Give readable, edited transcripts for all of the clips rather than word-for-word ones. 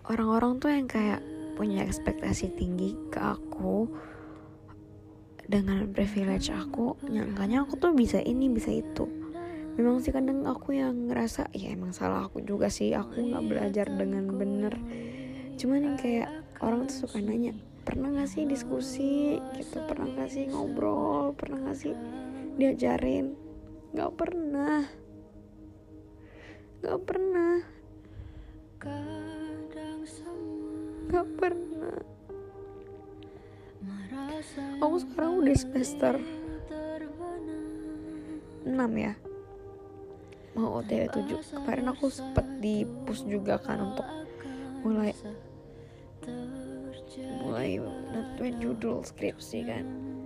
orang-orang tuh yang kayak punya ekspektasi tinggi ke aku dengan privilege aku, nyangkanya aku tuh bisa ini bisa itu. Memang sih kadang aku yang ngerasa ya emang salah aku juga sih, aku nggak belajar dengan bener. Cuman yang kayak orang tuh suka nanya, pernah nggak sih diskusi gitu, pernah nggak sih ngobrol, pernah nggak sih diajarin? Nggak pernah. Nggak pernah. Aku sekarang udah semester 6 ya, mau OTW 7. Kemarin aku sempet di push juga kan untuk mulai nentuin judul skripsi kan.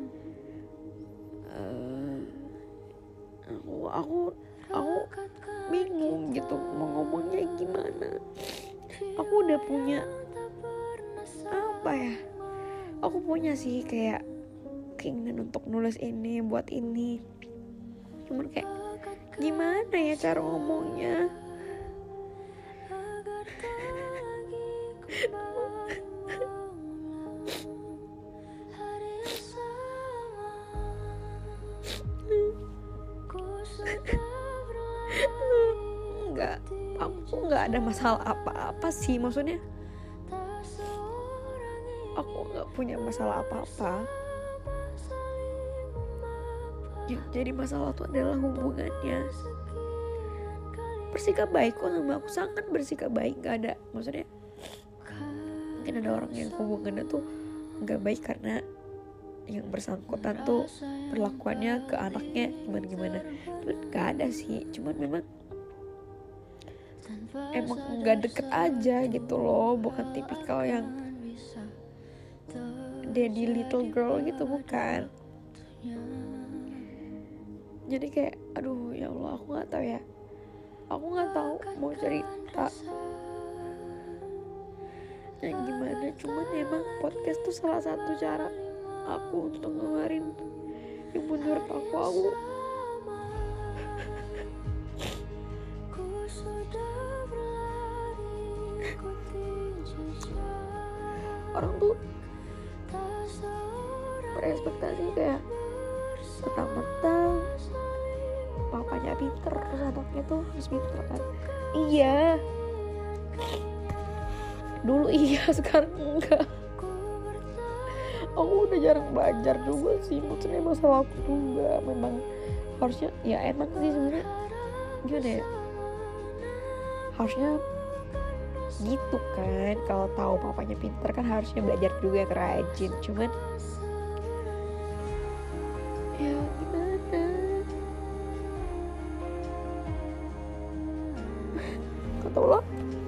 Aku bingung gitu mau ngomongnya gimana. Aku udah punya apa ya, aku punya sih kayak keinginan untuk nulis ini buat ini, cuman kayak gimana ya cara ngomongnya. Aku nggak ada masalah apa-apa sih, maksudnya aku nggak punya masalah apa-apa. Yang jadi masalah itu adalah hubungannya. Bersikap baik kok sama aku, sangat bersikap baik, nggak ada, maksudnya mungkin ada orang yang hubungannya tuh nggak baik karena yang bersangkutan tuh perlakuannya ke anaknya gimana, cuman nggak ada sih, cuman memang emang nggak deket aja gitu loh, bukan tipikal yang daddy little girl gitu, bukan. Jadi kayak aduh ya Allah, aku nggak tahu ya, aku nggak tahu mau cerita yang gimana. Cuman emang podcast tuh salah satu cara aku untuk ngeluarin yang menurut aku orang tuh berekspektasi kayak mentang-mentang papanya pinter terus anaknya tuh harus pinter kan. Iya, dulu iya, sekarang enggak. Aku udah jarang belajar juga sih, maksudnya masalah aku juga. Memang harusnya ya emang sih sebenarnya gimana ya, harusnya gitu kan, kalau tahu papanya pinter kan harusnya belajar juga yang rajin. Cuman ya gimana, kata Allah